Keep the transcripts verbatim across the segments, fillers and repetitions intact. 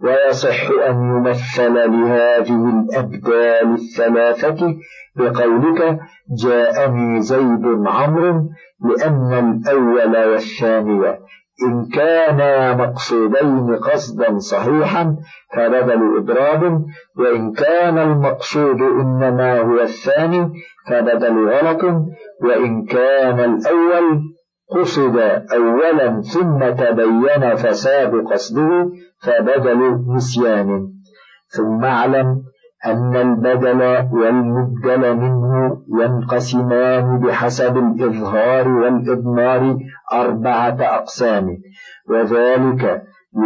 ويصح أن يمثل لهذه الأبدال الثلاثة بقولك جاءني زيد عمرو، لأن الأول والثاني إن كانا مقصودين قصدا صحيحا فبدل إضراب، وإن كان المقصود إنما هو الثاني فبدل غلط، وإن كان الأول قصد أولا ثم تبين فساد قصده فبدل نسيان. ثم اعلم أن البدل والمبدل منه ينقسمان بحسب الإظهار والإضمار أربعة أقسام، وذلك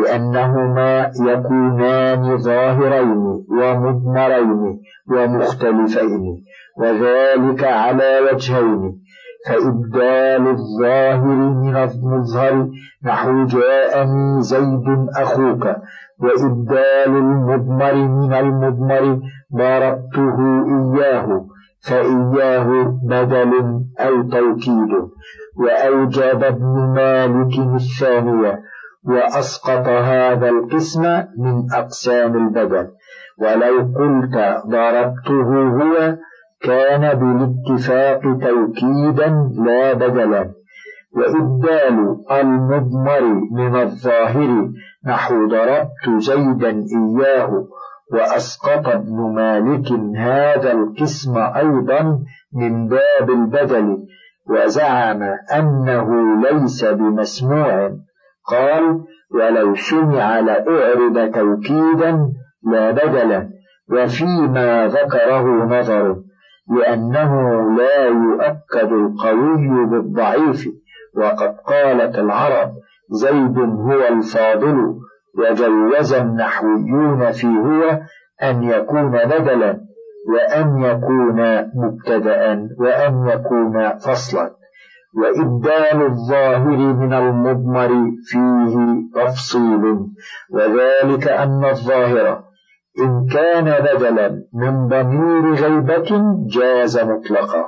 لأنهما يكونان ظاهرين ومضمرين ومختلفين، وذلك على وجهين: فإبدال الظاهر من المظهر نحو جاءني زيد أخوك، وإبدال المضمر من المضمر ضربته إياه، فإياه بدل أو توكيد. وأوجب ابن مالك الثانية وأسقط هذا القسم من أقسام البدل. ولو قلت ضربته هو كان بالاتفاق توكيدا لا بدلا. وإبدال المضمر من الظاهر نحو ضربت زيدا إياه وأسقط ابن مالك هذا القسم أيضا من باب البدل، وزعم أنه ليس بمسموع. قال: ولو سمع لأعرب توكيدا لا بدلا. وفيما ذكره نظر، لأنه لا يؤكد القوي بالضعيف، وقد قالت العرب زيد هو الفاضل، وجوز النحويون في هو أن يكون بدلا، وأن يكون مبتدأ، وأن يكون فصلا. وإبدال الظاهر من المضمر فيه تفصيل، وذلك أن الظاهر إن كان بدلا من ضمير غيبة جاز مطلقا،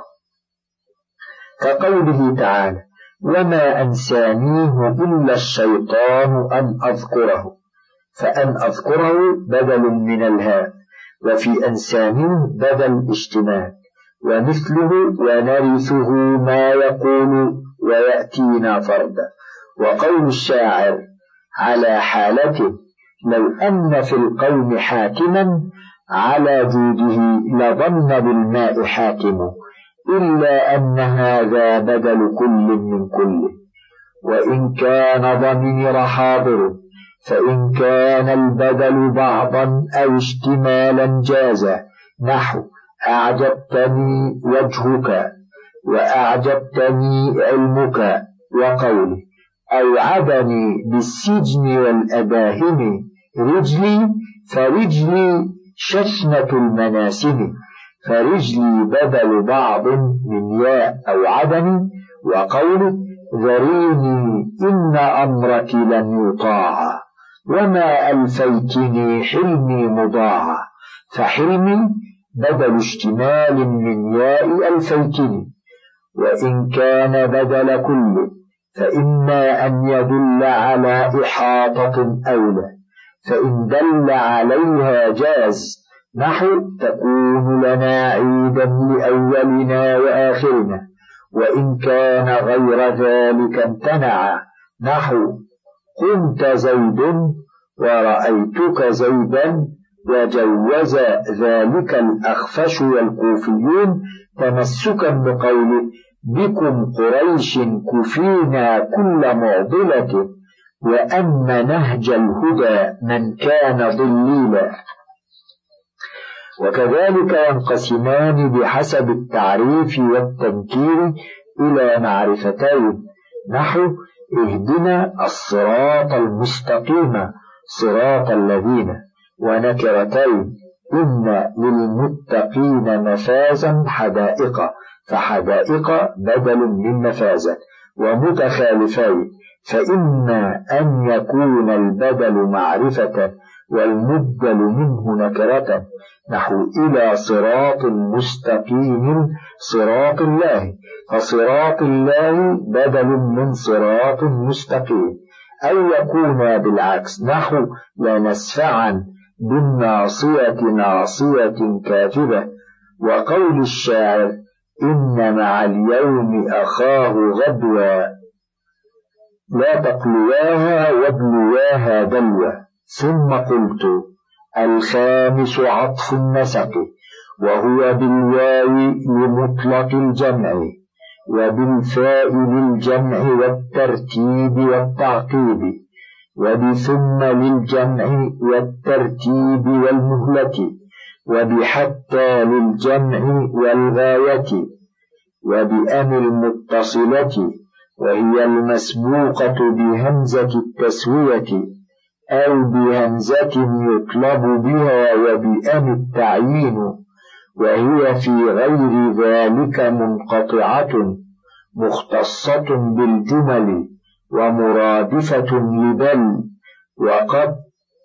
كقوله تعالى: وما أنسانيه إلا الشيطان أن أذكره، فأن أذكره بدل من الهاء، وفي أنسانيه بدل اشتمال، ومثله ونرثه ما يقول ويأتينا فردا. وقول الشاعر على حالته: لو أن في القوم حاكما على جوده لظن بالماء حاكم، إلا أن هذا بدل كل من كل. وإن كان ضمير حاضر فإن كان البدل بعضا أو اشتمالا جاز، نحو أعجبتني وجهك وأعجبتني علمك، وقوله أوعدني بالسجن والأباهم رجلي فرجلي ششنة المناسم، فرجلي بدل بعض من ياء أوعدني. وقوله ذريني إن أمرك لن يطاع، وما ألفيتني حلمي مضاع، فحلمي بدل اشتمال من ياء ألفيتني. وإن كان بدل كل فإما أن يدل على إحاطة أولى، فإن دل عليها جاز، نحو تكون لنا عيدا لأولنا وآخرنا. وإن كان غير ذلك امتنع، نحو قمت زيد ورأيتك زيدا. وجوز ذلك الأخفش والكوفيون تمسكا بقوله بكم قريش كفينا كل معضلة، وأن نهج الهدى من كان ضليلا. وكذلك ينقسمان بحسب التعريف والتنكير إلى معرفتين، نحو اهدنا الصراط المستقيم صراط الذين، ونكرتين إن للمتقين مفازا حدائق، فحدائق بدل من مفازا، ومتخالفين، فإما أن يكون البدل معرفة والمبدل منه نكرة، نحو إلى صراط مستقيم صراط الله، فصراط الله بدل من صراط مستقيم، أو يكون بالعكس نحو لنسفعا بالناصية ناصية كاذبة. وقول الشاعر إن مع اليوم أخاه غدوى لا تقلواها وابلواها دلوى. ثم قلت الخامس عطف النسق وهو بالواو لمطلق الجمع وبالفاء للجمع والترتيب والتعقيب وبثم للجمع والترتيب والمهلة وبحتى للجمع والغاية وبأن المتصلة وهي المسبوقة بهمزة التسوية أو بهمزة يطلب بها وبأن التعيين وهي في غير ذلك منقطعة مختصة بالجمل ومرادفة لبل وقد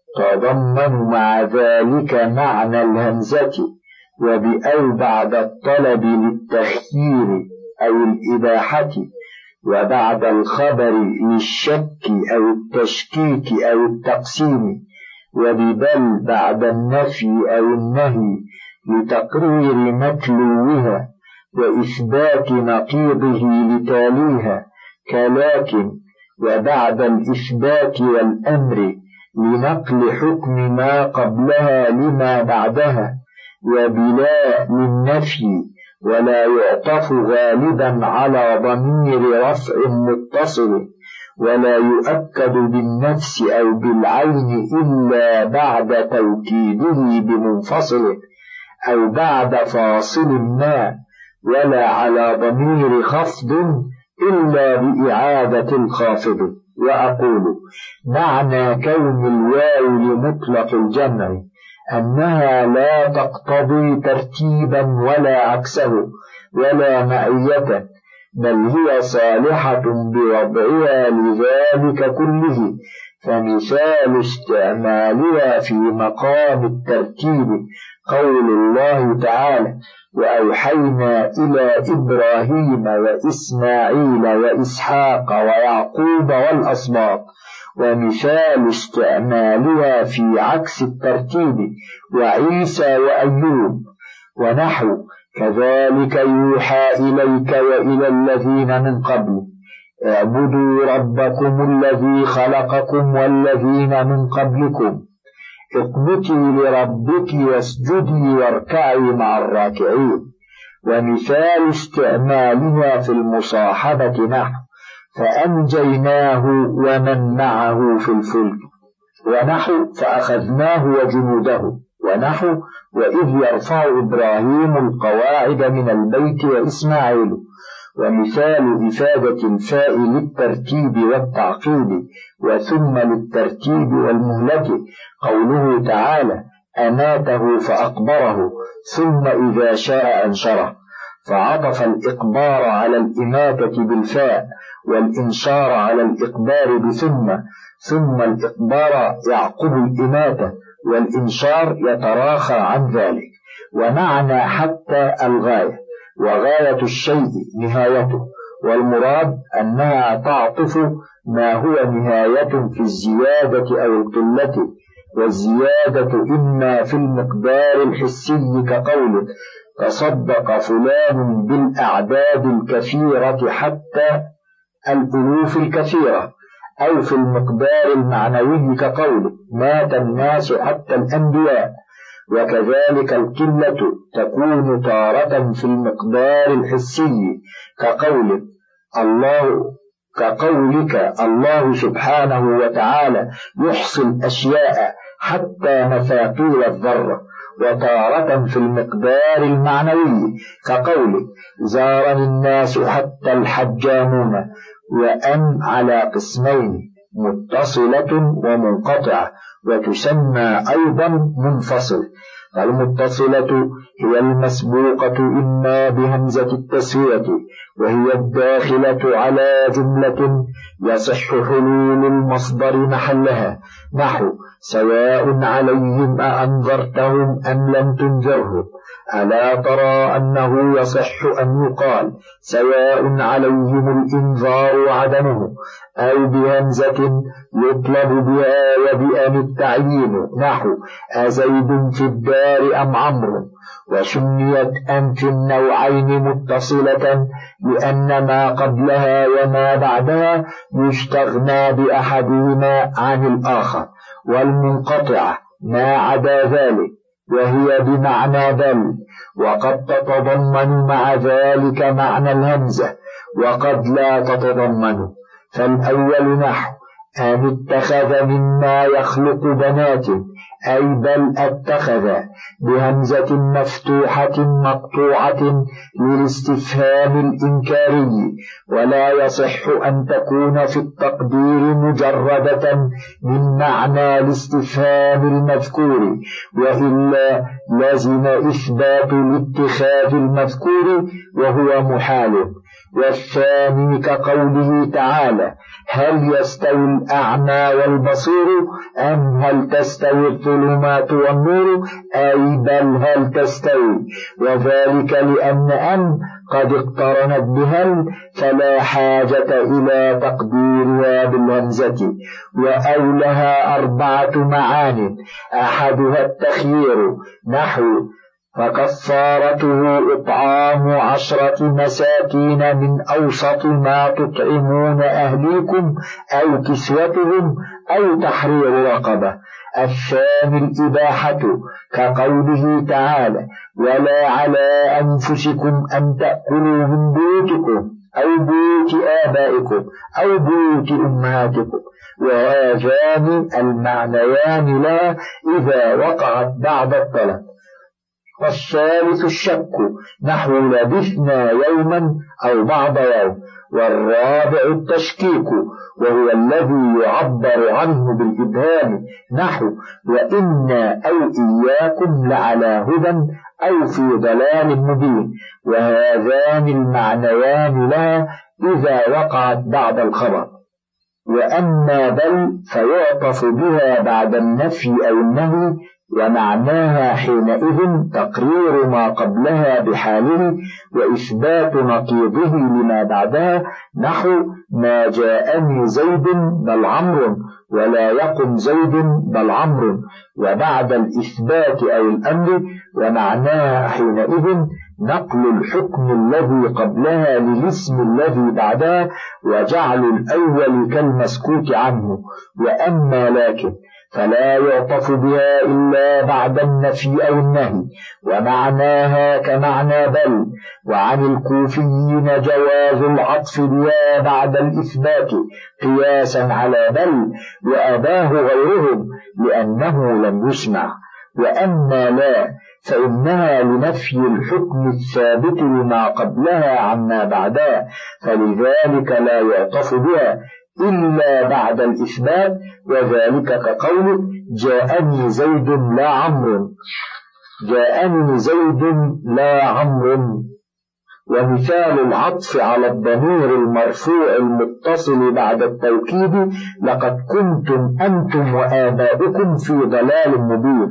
تضمن مع ذلك معنى الهمزة وبأو بعد الطلب للتخيير أو الإباحة وبعد الخبر للشك أو التشكيك أو التقسيم وببل بعد النفي أو النهي لتقرير متلوها وإثبات نقيضه لتاليها كلكن وبعد الإثبات والأمر لنقل حكم ما قبلها لما بعدها وبلا للنفي ولا يعطف غالبا على ضمير رفع متصل ولا يؤكد بالنفس أو بالعين إلا بعد توكيده بمنفصل أو بعد فاصل ما ولا على ضمير خفض إلا بإعادة الخافض. وأقول معنى كون الواو لمطلق الجمع أنها لا تقتضي ترتيبا ولا عكسه ولا معية بل هي صالحة بوضعها لذلك كله. فمثال استعمالها في مقام الترتيب قول الله تعالى وأوحينا إلى إبراهيم وإسماعيل وإسحاق ويعقوب والأسباط. ومثال استعمالها في عكس الترتيب وعيسى وأيوب ونحو كذلك يوحى إليك وإلى الذين من قبل اعبدوا ربكم الذي خلقكم والذين من قبلكم اقنتي لربك واسجدي واركعي مع الراكعين. ومثال استعمالها في المصاحبة نحو فأنجيناه ومن معه في الفلك ونحو فأخذناه وجنوده ونحو وإذ يرفع إبراهيم القواعد من البيت وإسماعيل. ومثال إفادة الفاء للترتيب والتعقيب وثم للترتيب والمهلة قوله تعالى أماته فأقبره ثم إذا شاء أنشره. فعطف الإقبار على الإماتة بالفاء والإنشار على الإقبار بثم ثم الإقبار يعقب الإماتة والإنشار يتراخى عن ذلك. ومعنى حتى الغاية وغاية الشيء نهايته والمراد أنها تعطف ما هو نهاية في الزيادة أو القلة والزيادة إما في المقدار الحسي كقوله تصدق فلان بالأعداد الكثيرة حتى الألوف الكثيرة أو في المقدار المعنوي كقوله مات الناس حتى الأنبياء. وكذلك القلة تكون تارة في المقدار الحسي كقوله الله كقولك الله سبحانه وتعالى يحصي الأشياء حتى مثاقيل الذرة وتارة في المقدار المعنوي كقوله زارني الناس حتى الحجامون. وأن على قسمين متصلة ومنقطعة وتسمى أيضا منفصل. المتصلة هي المسبوقة إما بهمزة التسوية وهي الداخلة على جملة يصح حلول المصدر محلها نحو سواء عليهم أأنذرتهم أم لم تنذرهم ألا ترى أنه يصح أن يقال سواء عليهم الإنذار وعدمه أو بهمزة يطلب بها وبأن التعيين نحو أزيد في الدار أم عمرو. وسميت أن في النوعين متصلة لأن ما قبلها وما بعدها يستغنى بأحدهما عن الآخر، والمنقطعة ما عدا ذلك وهي بمعنى بل، وقد تتضمن مع ذلك معنى الهمزة وقد لا تتضمن. فالأول نحو أن اتخذ مما يخلق بنات أي بل اتخذ بهمزة مفتوحة مقطوعة للاستفهام الإنكاري، ولا يصح أن تكون في التقدير مجردة من معنى الاستفهام المذكور، وإلا لازم إثبات الاتخاذ المذكور وهو محال. والثاني كقوله تعالى هل يستوي الأعمى والبصير أم هل تستوي الظلمات والنور أي بل هل تستوي، وذلك لأن أن قد اقترنت بهل فلا حاجة إلى تقديرها بالهمزة. وأولها أربعة معان أحدها التخيير نحو فكفارته إطعام عشرة مساكين من أوسط ما تطعمون أهليكم أو كسوتهم أو تحرير رقبة. الثاني الإباحة كقوله تعالى ولا على أنفسكم أن تأكلوا من بيوتكم أو بيوت آبائكم أو بيوت أمهاتكم، وهذان المعنيان لا إذا وقعت بعد الطلب. والثالث الشك نحو لبثنا يوما أو بعض يوم. والرابع التشكيك وهو الذي يعبر عنه بالإبهام نحو وإنا أو إياكم لعلى هدى أو في ضلال مبين، وهذان المعنيان لها إذا وقعت بعد الخبر. وأما بل فيعطف بها بعد النفي أو النهي، ومعناها حينئذ تقرير ما قبلها بحاله وإثبات نقيضه لما بعدها نحو ما جاءني زيد بل عمرو ولا يقم زيد بل عمرو، وبعد الإثبات أو الأمر، ومعناها حينئذ نقل الحكم الذي قبلها للاسم الذي بعدها وجعل الأول كالمسكوت عنه. وأما لكن فلا يعطف بها إلا بعد النفي أو النهي، ومعناها كمعنى بل. وعن الكوفيين جواز العطف بها بعد الإثبات قياسا على بل، وأباه غيرهم لأنه لم يسمع. وأما لا فإنها لنفي الحكم الثابت لما قبلها عما بعدها، فلذلك لا يعطف بها إلا بعد الإثبات، وذلك كقول جاءني زيد لا عمرو، جاءني زيد لا عمرو. ومثال العطف على الضمير المرفوع المتصل بعد التوكيد لقد كنتم أنتم وآباؤكم في ضلال مبين،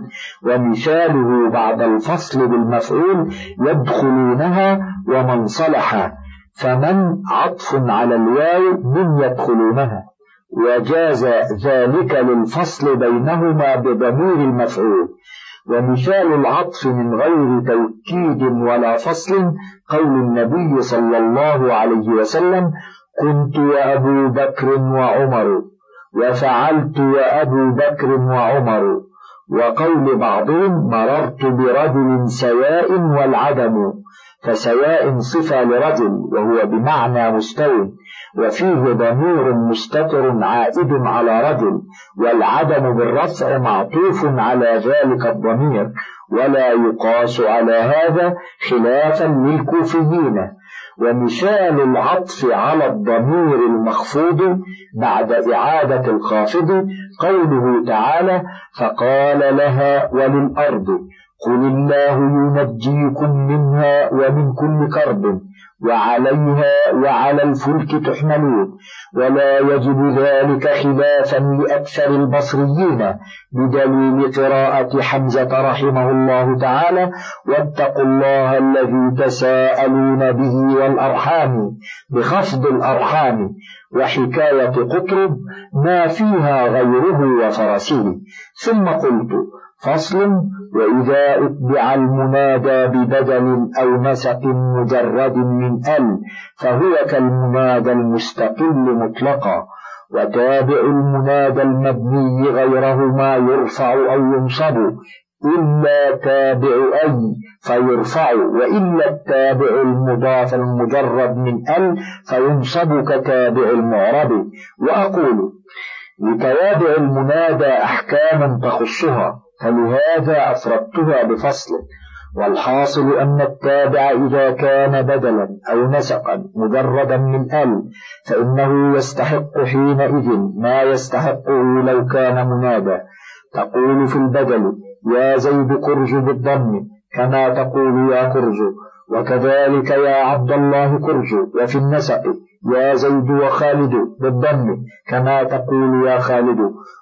ومثاله بعد الفصل بالمفعول يدخلونها ومن صلح، فمن عطف على الواو من يدخلونها، وجاز ذلك للفصل بينهما بضمير المفعول. ومثال العطف من غير توكيد ولا فصل قول النبي صلى الله عليه وسلم كنت وأبو بكر وعمر، وفعلت وأبو بكر وعمر. وقول بعضهم مررت برجل سواء والعدم، فسواء صفة لرجل وهو بمعنى مستوٍ، وفيه ضمير مستتر عائد على رجل، والعدم بالرفع معطوف على ذلك الضمير، ولا يقاس على هذا خلافا للكوفيين. ومثال العطف على الضمير المخفوض بعد إعادة الخافض قوله تعالى فقال لها وللأرض قل الله ينجيكم منها ومن كل كرب، وعليها وعلى الفلك تحملون، ولا يجب ذلك خلافا لأكثر البصريين بدليل قراءة حمزة رحمه الله تعالى: واتقوا الله الذي تساءلون به والأرحام، بخفض الأرحام، وحكاية قطرب ما فيها غيره وفرسه. ثم قلت: فصل: وإذا أتبع المنادى ببدل أو نسق مجرد من ال فهو كالمنادى المستقل مطلقا، وتابع المنادى المبني غيرهما يرفع أو ينصب، إلا تابع أي فيرفع، وإلا التابع المضاف المجرد من ال فينصب كتابع المعرب. وأقول: لتوابع المنادى أحكام تخصها، فلهذا أفردتها بفصل. والحاصل أن التابع إذا كان بدلا أو نسقا مجردا من ال فإنه يستحق حينئذ ما يستحقه لو كان منادى. تقول في البدل: يا زيد كرز بالضم، كما تقول يا كرز، وكذلك يا عبد الله كرز. وفي النسق: يا زيد وخالد بالضم، كما تقول يا خالد،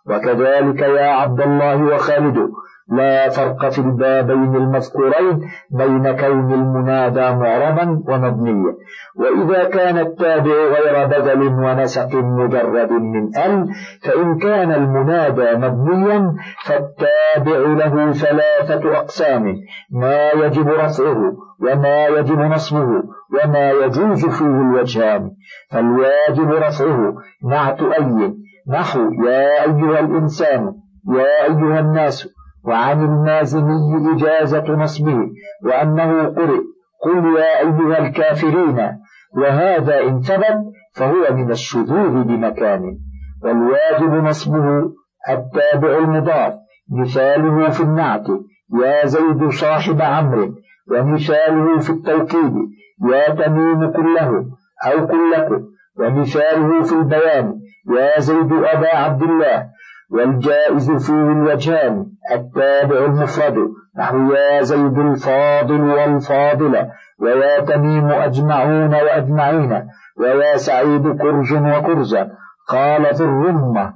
وكذلك يا عبد الله وخالد. لا فرق في البابين المذكورين بين كون المنادى معربا ومبنيا. وإذا كان التابع غير بدل ونسق مجرد من ال فإن كان المنادى مبنيا فالتابع له ثلاثة أقسام: ما يجب رفعه، وما يجب نصبه، وما يجوز فيه الوجهان. فالواجب رفعه نعت أي، نحو يا أيها الإنسان، يا أيها الناس. وعن المازني إجازة نصبه، وأنه قرئ قل يا أيها الكافرين، وهذا إن ثبت فهو من الشذوذ بمكان. والواجب نصبه التابع المضاف، مثاله في النعت: يا زيد صاحب عمرو، ومثاله في التوكيد: يا تميم كله أو كلكم، ومثاله في البيان: يا زيد أبا عبد الله. والجائز فيه الوجهان: التابع المفرد، نحو يا زيد الفاضل والفاضلة، ويا تميم أجمعون وأجمعين، ويا سعيد كرز وكرزا. قال في الرمة: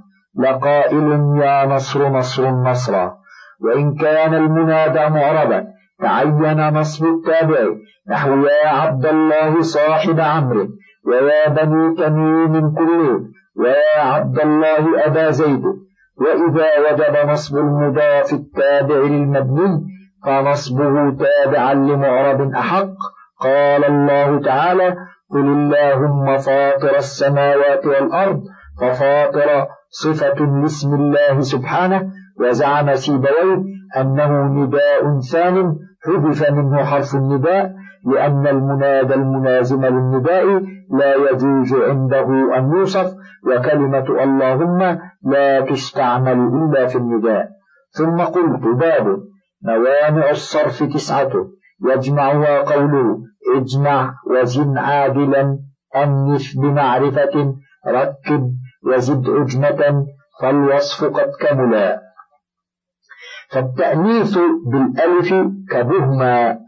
لقائل يا نصر نصر نصرا. وإن كان المنادى معربا تعين نصب التابع، نحو يا عبد الله صاحب عمرو، ويا بني تميم كلهم، ويا عبد الله أبا زيد. وإذا وجب نصب المضاف التابع للمبني فنصبه تابعا لمعرب أحق. قال الله تعالى: قل اللهم فاطر السماوات والأرض. ففاطر صفة لاسم الله سبحانه. وزعم سيبويه أنه نداء ثان حذف منه حرف النداء، لأن المنادى الملازم للنداء لا يجوز عنده أن يوصف، وكلمة اللهم لا تستعمل إلا في النداء. ثم قلت: باب موانع الصرف تسعة، يجمعها قوله: اجمع وزن عادلا، أنف بمعرفة، ركب وزد عجمة، فالوصف قد كملا. فالتأنيث بالألف كبهما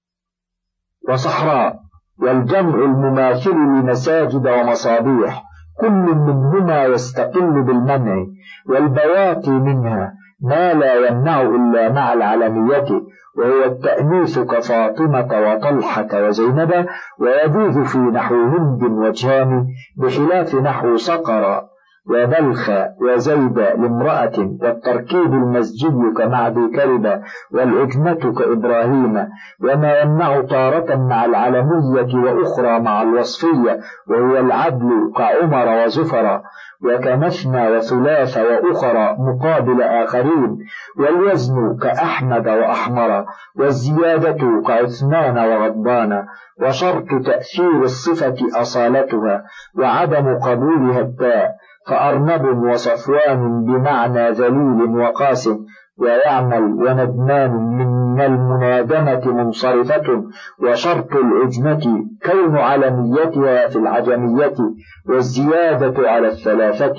وصحراء، والجمع المماثل لمساجد ومصابيح، كل منهما يستقل بالمنع، والبواقي منها ما لا يمنع إلا مع العلمية، وهو التأنيث كفاطمة وطلحة وزينب، ويجوز في نحو هند وجهان، بخلاف نحو صقر وبلخ وزيد لامرأة، والتركيب المسجد كمعدي كلبة، والعجمة كإبراهيم. وما يمنع تارة مع العلمية وأخرى مع الوصفية، وهو العدل كعمر وزفر، وكمثنى وثلاث وأخرى مقابل آخرين، والوزن كأحمد وأحمر، والزيادة كعثمان وغضبان. وشرط تأثير الصفة أصالتها، وعدم قبولها التاء، فأرنب وصفوان بمعنى ذليل وقاس، ويعمل وندمان من المنادمة منصرفة. وشرط العجمة كون علميتها في العجمية، والزيادة على الثلاثة.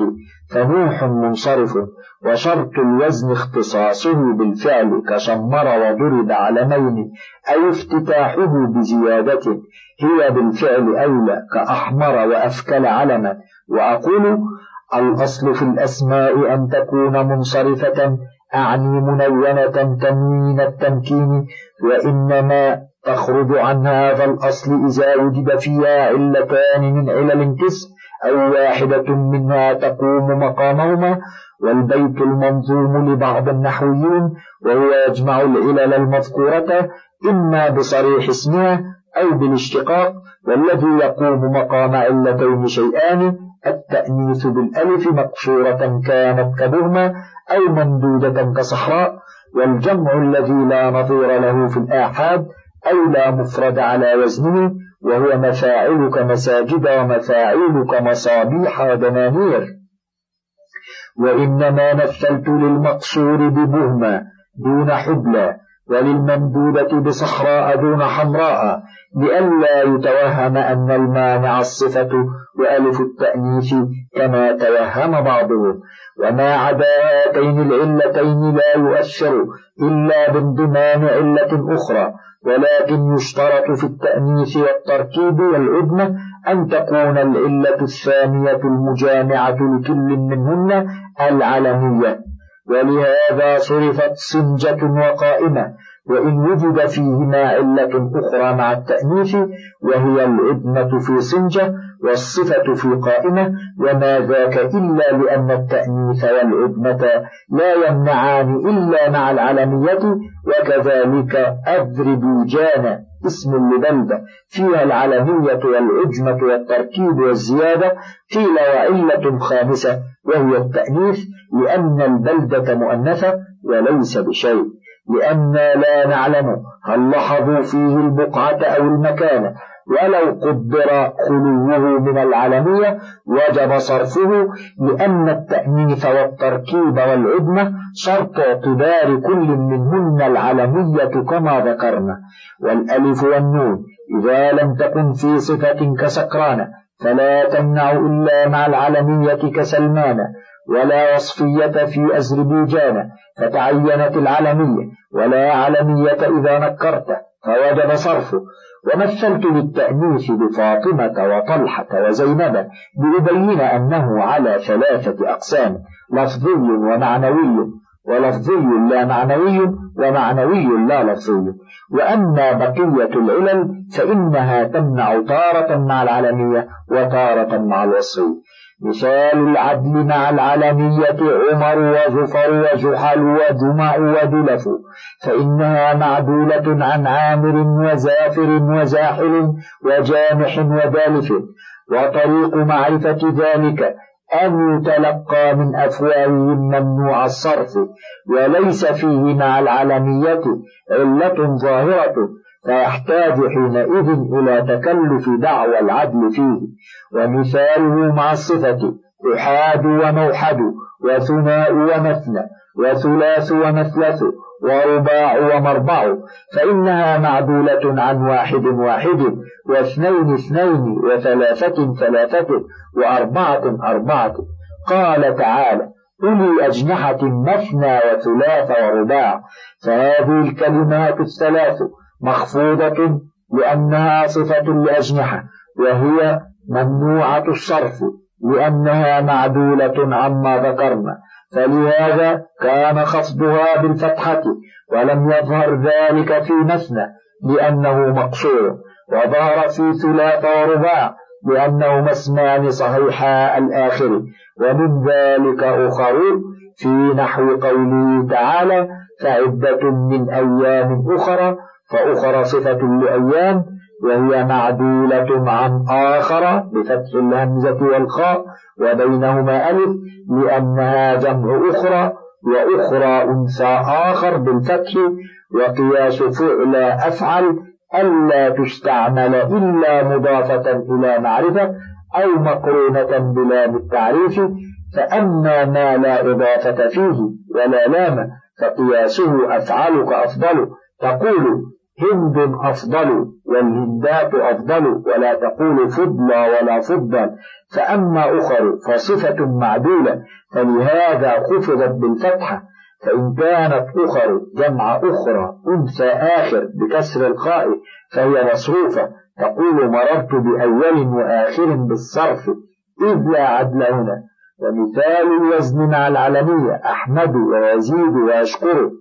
فنوح منصرف، وشرط الوزن اختصاصه بالفعل كشمر وضرب علمين، أي افتتاحه بزيادة هي بالفعل أولى كأحمر وأفكل علما. وأقول الأصل في الأسماء أن تكون منصرفة، أعني منونة تنوين التمكين، وإنما تخرج عن هذا الأصل إذا وجد فيها علتان من علل القسم أو واحدة منها تقوم مقامهما. والبيت المنظوم لبعض النحويين وهو يجمع العلل المذكورة إما بصريح اسمها أو بالاشتقاق، والذي يقوم مقام علتين شيئان: التأنيث بالألف مقصورة كانت كبهمة أو ممدودة كصحراء، والجمع الذي لا نظير له في الآحاد أو لا مفرد على وزنه، وهو مفاعلك مساجد ومفاعلك مصابيح ودنانير. وإنما مثلت للمقصور ببهمة دون حبلى، وللممدودة بصحراء دون حمراء، لئلا يتوهم أن المانع الصفة وألف التأنيث كما توهم بعضهم. وما عدا هاتين العلتين لا يؤثر إلا بانضمام علة أخرى، ولكن يشترط في التأنيث والتركيب والعدمة أن تكون العلة الثانية المجامعة لكل منهن العلمية، ولهذا صرفت صنجة وقائمة، وإن وجد فيهما علة أخرى مع التأنيث وهي العدمة في صنجة والصفة في قائمة، وما ذاك إلا لأن التأنيث والعدمة لا يمنعان إلا مع العلمية. وكذلك أذربيجان اسم لبلدة فيها العلمية والعجمة والتركيب والزيادة، قيل وعلة خامسة وهي التأنيث، لأن البلدة مؤنثة وليس بشيء، لأننا لا نعلم هل لاحظوا فيه البقعة أو المكان، ولو قدر خلوه من العلمية وجب صرفه، لأن التأنيث والتركيب والعدمة شرط اعتبار كل منهن العلمية كما ذكرنا. والألف والنون إذا لم تكن في صفة كسكران فلا تمنع إلا مع العلمية كسلمان، ولا وصفية في أذربيجان فتعينت العلمية، ولا علمية إذا نكرت فوجب صرفه. ومثلت بالتأنيث بفاطمة وطلحة وزينب لأبين أنه على ثلاثة أقسام: لفظي ومعنوي، ولفظي لا معنوي، ومعنوي لا لفظي. وأما بقية العلل فإنها تمنع تارة مع العلمية وتارة مع الوصف. مثال العدل مع العلمية عمر وزفر وزحل وجمع ودلف، فإنها معدولة عن عامر وزافر وزاحل وجامح ودالف. وطريق معرفة ذلك أن يتلقى من أفواههم ممنوع الصرف، وليس فيه مع العلمية علة ظاهرة، فيحتاج حينئذ إلى تكلف دعوى العدل فيه. ومثاله مع الصفة أحاد وموحد وثناء ومثنى وثلاث ومثلث ورباع ومربع، فإنها معدولة عن واحد واحد واثنين اثنين وثلاثة ثلاثة وأربعة أربعة. قال تعالى: أولي أجنحة مثنى وثلاث ورباع. فهذه الكلمات الثلاث مخفوضة لأنها صفة لأجنحة، وهي ممنوعة الصرف لأنها معدولة عما ذكرنا، فلهذا كان خفضها بالفتحة، ولم يظهر ذلك في مثنى لأنه مقصور، وظهر في ثلاث ورباع لأنهما اسمان صحيحا الآخر. ومن ذلك أخر في نحو قوله تعالى: فعدة من أيام أخرى، فأخرى صفة لأيام وهي معدولة عن آخر بفتح الهمزة والخاء وبينهما ألف لأنها جمع أخرى، وأخرى أنثى آخر بالفتح. وقياس فعل أفعل ألا تستعمل إلا مضافة إلى معرفة أو مقرونة بلام التعريف. فأما ما لا إضافة فيه ولا لام فقياسه أفعلك أفضل. تقول: هند أفضل والهندات أفضل، ولا تقول فضلى ولا فضل. فأما أخر فصفة معدولة، فلهذا خفضت بالفتحة. فإن كانت أخر جمع أخرى أنثى آخر بكسر الخاء فهي مصروفة، تقول مررت بأول وآخر بالصرف، إذ لا عدل هنا. ومثال الوزن مع العلمية أحمد ويزيد ويشكر،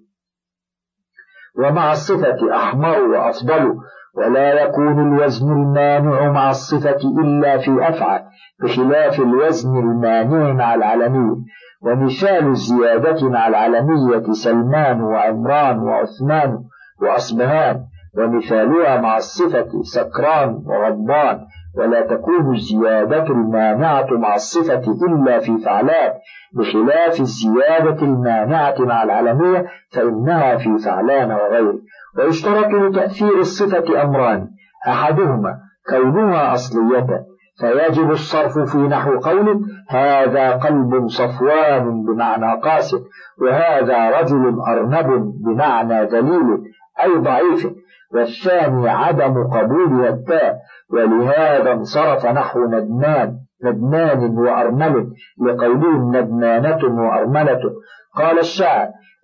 ومع الصفة أحمر وأفضل. ولا يكون الوزن المانع مع الصفة إلا في أفعل، بخلاف الوزن المانع مع العلمية. ومثال الزيادة مع العلمية سلمان وعمران وعثمان وأصبهان، ومثالها مع الصفة سكران وغضبان. ولا تكون الزيادة المانعة مع الصفة إلا في فعلان، بخلاف الزيادة المانعة مع العلمية فإنها في فعلان وغيره. ويشترط لتأثير الصفة أمران، أحدهما كونها أصلية فيجب الصرف في نحو قول هذا قلب صفوان بمعنى قاسد، وهذا رجل أرنب بمعنى ذليل أي ضعيف. والثاني عدم قبولها التاء، ولهذا انصرف نحو ندمان ندمان وأرمل، لقولهم ندمانة وأرملة. قال الشاعر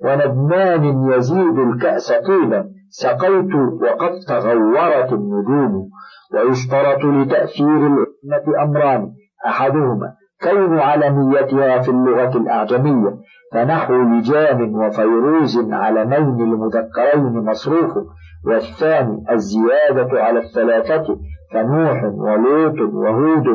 وندمان يزيد الكأس طيبا سقيت وقد تغورت النجوم. ويشترط لتأثير الأمة أمران، أحدهما كون علميتها في اللغة الأعجمية، فنحو لجام وفيروز علمين المذكرين مصروف. والثاني الزيادة على الثلاثة، كنوح ولوط وهود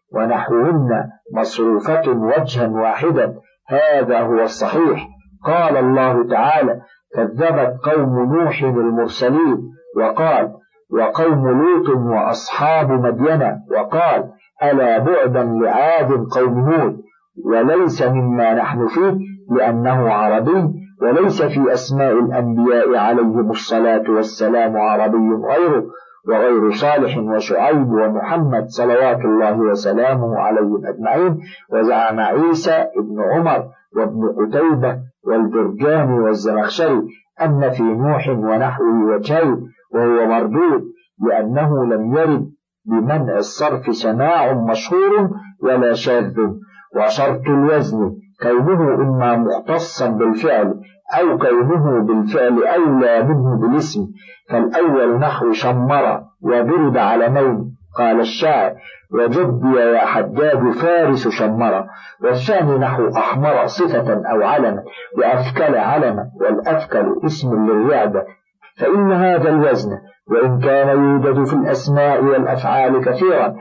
ونحوهن مصروفة وجها واحدا، هذا هو الصحيح. قال الله تعالى كذبت قوم نوح المرسلين، وقال وقوم لوط وأصحاب مدين، وقال ألا بعدا لعاد قوم هود. وليس مما نحن فيه لأنه عربي، وليس في أسماء الأنبياء عليهم الصلاة والسلام عربي غيره، وغير صالح وشعيب ومحمد صلوات الله وسلامه عليهم أجمعين. وزعم عيسى ابن عمر وابن قتيبة والبرجاني والزمخشري أن في نوح ونحوه وجهين، وهو مردود لأنه لم يرد بمنع الصرف سماع مشهور ولا شاذ. وشرط الوزن كونه إما مختصا بالفعل أو كونه بالفعل أولى منه بالاسم، فالأول نحو شمر وضرب علمين، قال الشاعر وجدي يا حجاج فارس شمر. والثاني نحو أحمر صفة أو علما، وأثكل علما، والأثكل اسم للرعدة. فإن هذا الوزن وإن كان يوجد في الأسماء والأفعال كثيرا،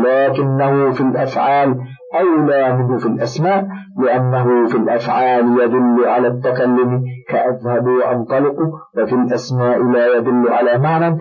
ولكنه في الأفعال أولى منه في الأسماء، لأنه في الأفعال يدل على التكلم كأذهب وأنطلق، وفي الأسماء لا يدل على معنى،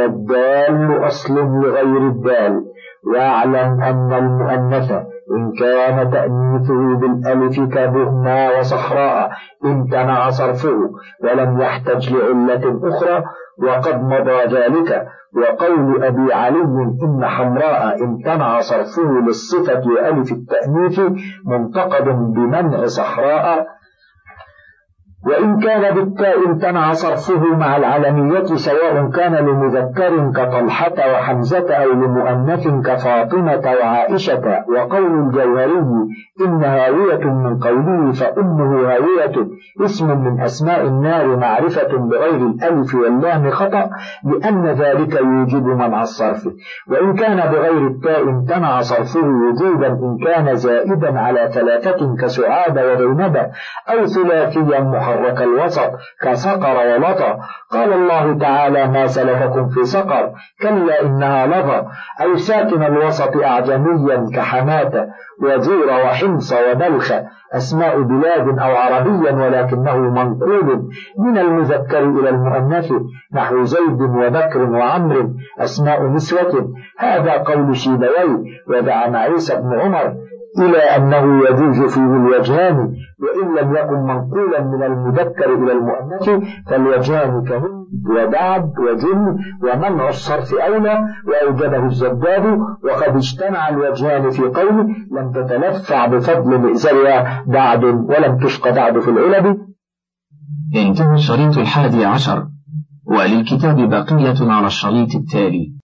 والدال أصل لغير الدال. واعلم أن المؤنث إن كان تأنيثه بالألف كبهما وصحراء امتنع صرفه ولم يحتج لعلة أخرى، وقد مضى ذلك. وقول أبي علي إن حمراء امتنع صرفه للصفة ألف التأنيث منتقد بمنع صحراء. وإن كان بالتاء امتنع صرفه مع العلمية، سواء كان لمذكر كطلحة وحمزة أو لمؤنث كفاطمة وعائشة. وقول الجوهري إن هاوية من قوله فأمه هاوية اسم من أسماء النار معرفة بغير الألف واللام خطأ، لأن ذلك يوجب منع الصرف. وإن كان بغير التاء امتنع صرفه وجوبا إن كان زائدا على ثلاثة كسعاد وذينب، أو ثلاثيا محرك الوسط كسقر ولطى. قال الله تعالى ما سلككم في سقر كلا إنها لظى، أو ساكن الوسط أعجميا كحماة وزور وحمص وبلخ، أسماء بلاد أو عربيا ولكنه منقول من المذكر إلى المؤنث، نحو زيد وبكر وعمر أسماء نسوة. هذا قول شيبويه. وزعم عيسى بن عمر إلى أنه يجوز فيه الوجهان، وإن لم يكن منقولا من المذكر إلى المؤنث فالوجهان كهن وبعد وجن، ومنع الصرف أولى، وأوجبه الزباد. وقد اجتمع الوجهان في قوله لم تتلفع بفضل مئزرها بعد ولم تشق بعد في العلب. انتهى الشريط الحادي عشر. وللكتاب بقية على الشريط التالي.